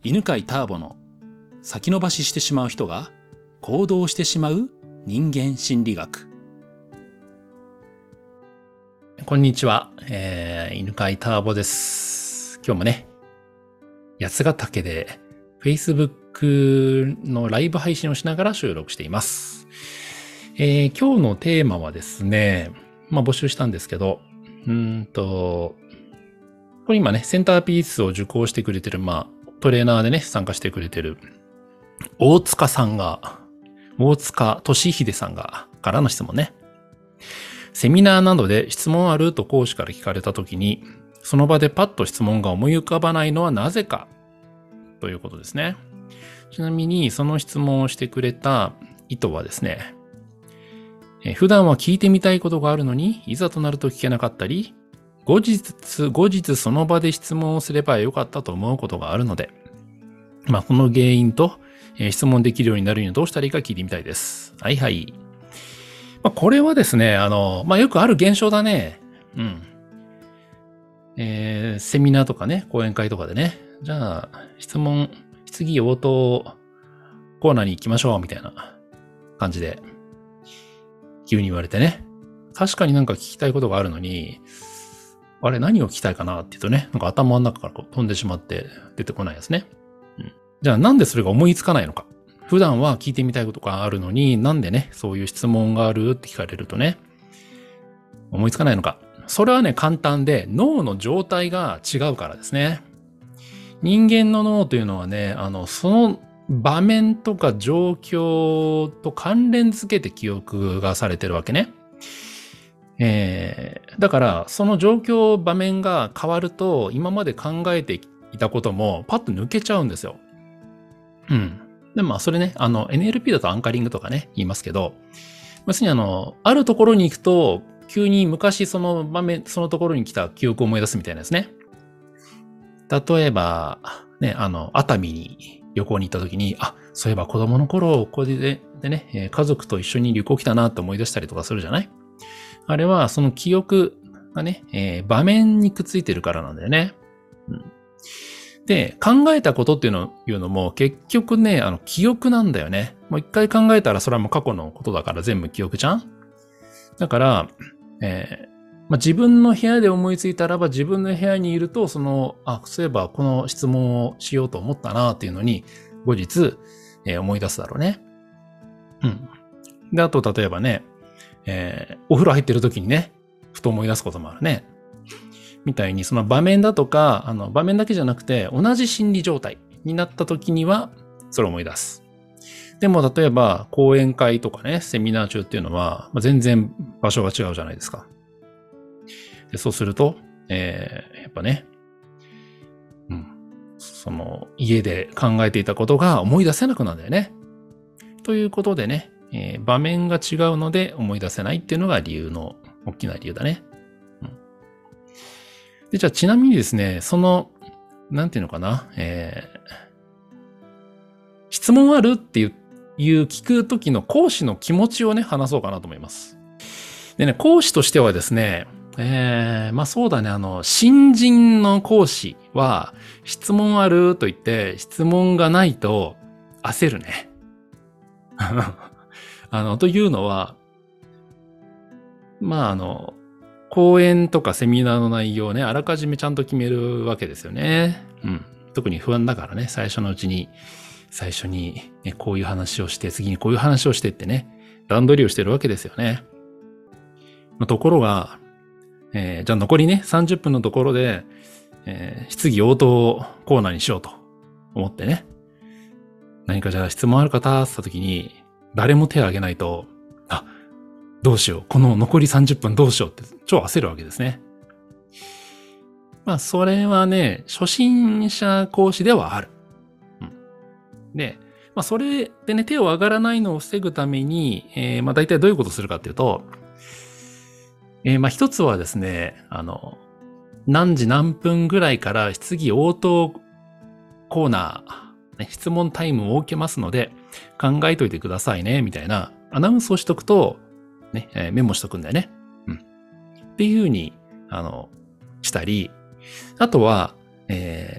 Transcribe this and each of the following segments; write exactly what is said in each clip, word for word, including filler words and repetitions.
犬飼ターボの先延ばししてしまう人が行動してしまう人間心理学。こんにちは、えー、犬飼ターボです。今日もね、八ヶ岳で Facebook のライブ配信をしながら収録しています。えー、今日のテーマはですね、まあ募集したんですけど、うーんと、これ今ね、センターピースを受講してくれてる、まあ、トレーナーでね、参加してくれてる、大塚さんが、大塚俊秀さんが、からの質問ね。セミナーなどで質問あると講師から聞かれたときに、その場でパッと質問が思い浮かばないのはなぜかということですね。ちなみに、その質問をしてくれた意図はですね、え普段は聞いてみたいことがあるのに、いざとなると聞けなかったり、後日、後日その場で質問をすればよかったと思うことがあるので、まあ、この原因と、えー、質問できるようになるにはどうしたらいいか聞いてみたいです。はいはい。まあ、これはですね、あの、まあ、よくある現象だね。うん。えー、セミナーとかね、講演会とかでね、じゃあ、質問、質疑応答コーナーに行きましょう、みたいな感じで、急に言われてね。確かになんか聞きたいことがあるのに、あれ何を聞きたいかなって言うとね、なんか頭の中からこう飛んでしまって出てこないですね。うん、じゃあなんでそれが思いつかないのか。普段は聞いてみたいことがあるのに、なんでね、そういう質問があるって聞かれるとね、思いつかないのか。それはね、簡単で脳の状態が違うからですね。人間の脳というのはね、あの、その場面とか状況と関連付けて記憶がされてるわけね。えー、だから、その状況、場面が変わると、今まで考えていたこともパッと抜けちゃうんですよ。うん。で、まあ、それね、あの、エヌエルピー だとアンカリングとかね、言いますけど、要するにあの、あるところに行くと、急に昔その場面、そのところに来た記憶を思い出すみたいなですね。例えば、ね、あの、熱海に旅行に行った時に、あ、そういえば子供の頃、ここで、でね、家族と一緒に旅行来たなって思い出したりとかするじゃない？あれは、その記憶がね、えー、場面にくっついてるからなんだよね。うん、で、考えたことっていうのいうのも、結局ね、あの、記憶なんだよね。もう一回考えたら、それはもう過去のことだから全部記憶じゃん？だから、えーまあ、自分の部屋で思いついたらば、自分の部屋にいると、その、あ、そういえばこの質問をしようと思ったなっていうのに、後日、えー、思い出すだろうね。うん。で、あと、例えばね、えー、お風呂入ってる時にね、ふと思い出すこともあるね。みたいに、その場面だとか、あの、場面だけじゃなくて、同じ心理状態になった時には、それを思い出す。でも、例えば、講演会とかね、セミナー中っていうのは、まあ、全然場所が違うじゃないですか。で、そうすると、えー、やっぱね、うん、その、家で考えていたことが思い出せなくなるんだよね。ということでね、えー、場面が違うので思い出せないっていうのが理由の、大きな理由だね。うん、で、じゃあちなみにですね、その、なんていうのかな、えー、質問あるっていう、いう聞くときの講師の気持ちをね、話そうかなと思います。でね、講師としてはですね、えー、まあそうだね、あの、新人の講師は、質問あると言って、質問がないと焦るね。あの、というのは、まああの、講演とかセミナーの内容をね、あらかじめちゃんと決めるわけですよね。うん。特に不安だからね、最初のうちに、最初に、ね、こういう話をして、次にこういう話をしてってね、段取りをしてるわけですよね。ところが、えー、じゃあ残りね、さんじゅっぷんのところで、えー、質疑応答コーナーにしようと思ってね。何かじゃあ質問ある方って言った時に、誰も手を挙げないと、あ、どうしよう。この残りさんじゅっぷんどうしようって超焦るわけですね。まあ、それはね、初心者講師ではある。うん、で、まあ、それでね、手を上がらないのを防ぐために、えー、まあ、大体どういうことをするかっていうと、えー、まあ、一つはですね、あの、何時何分ぐらいから質疑応答コーナー、ね、質問タイムを設けますので、考えといてくださいね、みたいなアナウンスをしとくと、ね、えー、メモしとくんだよね。うん。っていうふうに、あの、したり、あとは、えー、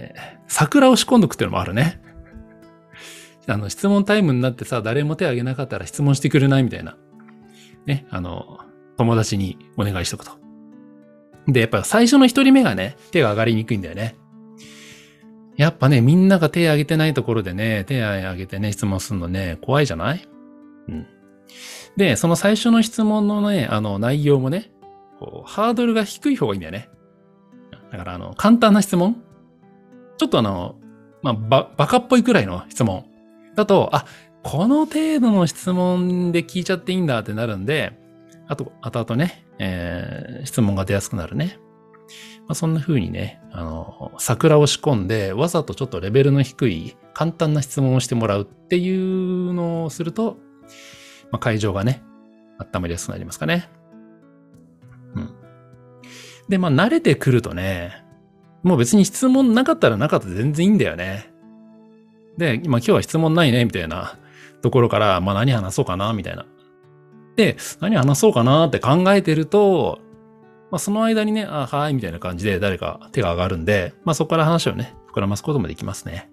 桜を仕込んどくっていうのもあるね。あの、質問タイムになってさ、誰も手を挙げなかったら質問してくれないみたいな。ね、あの、友達にお願いしとくと。で、やっぱ最初の一人目がね、手が上がりにくいんだよね。やっぱね、みんなが手を挙げてないところでね、手を挙げてね、質問するのね、怖いじゃない？うん。で、その最初の質問のね、あの、内容もね、こう、ハードルが低い方がいいんだよね。だから、あの、簡単な質問？ちょっとあの、まあ、ば、バカっぽいくらいの質問だと、あ、この程度の質問で聞いちゃっていいんだってなるんで、あと、後々ね、えー、質問が出やすくなるね。まあ、そんな風にね、あの、桜を仕込んで、わざとちょっとレベルの低い簡単な質問をしてもらうっていうのをすると、まあ、会場がね、温まりやすくなりますかね。うん。で、まあ、慣れてくるとね、もう別に質問なかったらなかったで全然いいんだよね。で、今今日は質問ないね、みたいなところから、まあ何話そうかな、みたいな。で、何話そうかなって考えてると、まあその間にね、あ、はい、みたいな感じで誰か手が上がるんで、まあそこから話をね、膨らますこともできますね。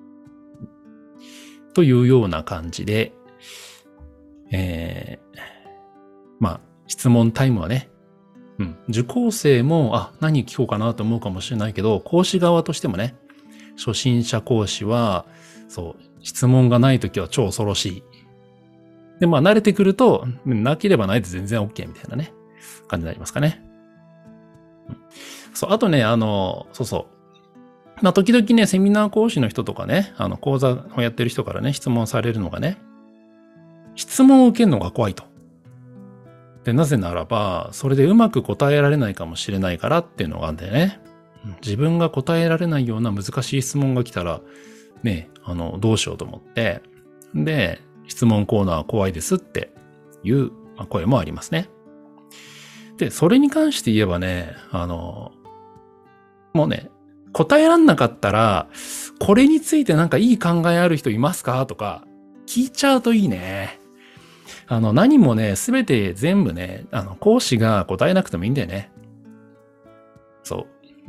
というような感じで、えー、まあ質問タイムはね、うん、受講生も、あ、何聞こうかなと思うかもしれないけど、講師側としてもね、初心者講師は、そう、質問がないときは超恐ろしい。で、まあ慣れてくると、なければないで全然 OK みたいなね、感じになりますかね。うん、そう、あとね、あの、そうそう。まあ時々ね、セミナー講師の人とかね、あの、講座をやってる人からね、質問されるのがね、質問を受けるのが怖いと。で、なぜならば、それでうまく答えられないかもしれないからっていうのがあるんだよね。自分が答えられないような難しい質問が来たら、ね、あの、どうしようと思って、で、質問コーナー怖いですっていう声もありますね。で、それに関して言えばね、あの、もうね、答えらんなかったら、これについてなんかいい考えある人いますかとか、聞いちゃうといいね。あの、何もね、すべて全部ね、あの、講師が答えなくてもいいんだよね。そう。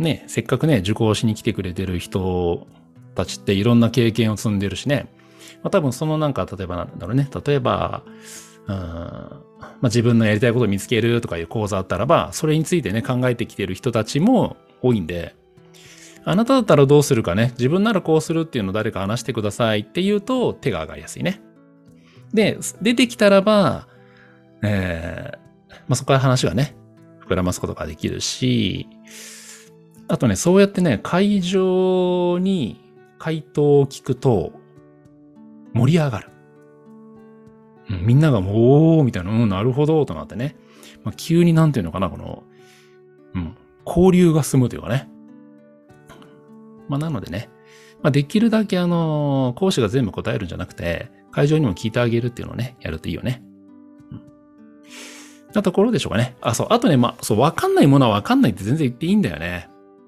ね、せっかくね、受講しに来てくれてる人たちっていろんな経験を積んでるしね。まあ多分そのなんか、例えばなんだろうね。例えば、うん、まあ自分のやりたいことを見つけるとかいう講座あったらば、それについてね、考えてきてる人たちも多いんで、あなただったらどうするかね、自分ならこうするっていうのを誰か話してくださいって言うと手が上がりやすいね。で、出てきたらば、えー、まあそこから話がね、膨らますことができるし、あとね、そうやってね、会場に回答を聞くと盛り上がる。うん、みんながもう、おーみたいな、うん、なるほど、となってね。まあ、急になんていうのかな、この、うん、交流が進むというかね。まあ、なのでね、まあ、できるだけあの、講師が全部答えるんじゃなくて、会場にも聞いてあげるっていうのをね、やるといいよね。うん。なところでしょうかね。あ、そう、あとね、まあ、そう、わかんないものはわかんないって全然言っていいんだよね。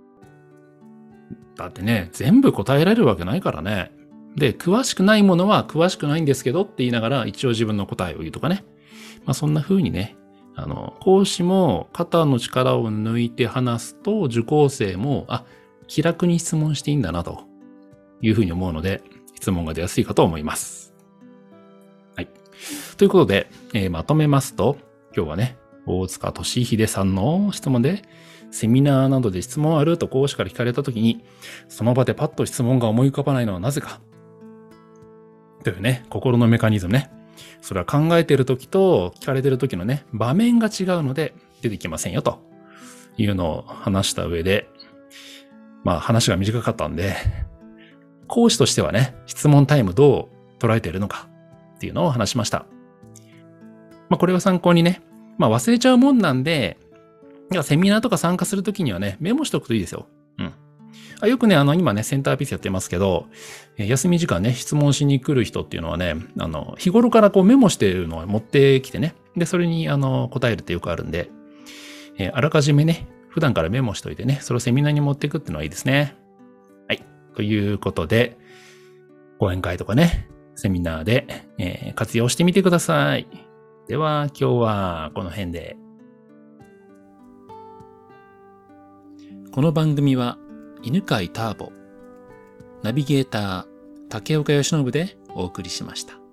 だってね、全部答えられるわけないからね。で、詳しくないものは詳しくないんですけどって言いながら一応自分の答えを言うとかね。まあそんな風にね、あの、講師も肩の力を抜いて話すと受講生も、あ、気楽に質問していいんだなという風に思うので、質問が出やすいかと思います。はい。ということで、えー、まとめますと、今日はね、大塚俊秀さんの質問で、セミナーなどで質問あると講師から聞かれたときに、その場でパッと質問が思い浮かばないのはなぜか。というね、心のメカニズムね。それは考えているときと聞かれているときのね、場面が違うので出てきませんよというのを話した上で、まあ話が短かったんで、講師としてはね、質問タイムどう捉えているのかっていうのを話しました。まあこれを参考にね、まあ忘れちゃうもんなんで、セミナーとか参加するときにはね、メモしておくといいですよ。うん。あよくね、あの、今ね、センターピースやってますけど、えー、休み時間ね、質問しに来る人っていうのはね、あの、日頃からこうメモしているのを持ってきてね、で、それに、あの、答えるってよくあるんで、えー、あらかじめね、普段からメモしといてね、それをセミナーに持っていくっていうのはいいですね。はい。ということで、講演会とかね、セミナーで、えー、活用してみてください。では、今日はこの辺で。この番組は犬飼ターボ、 ナビゲーター、竹岡由伸でお送りしました。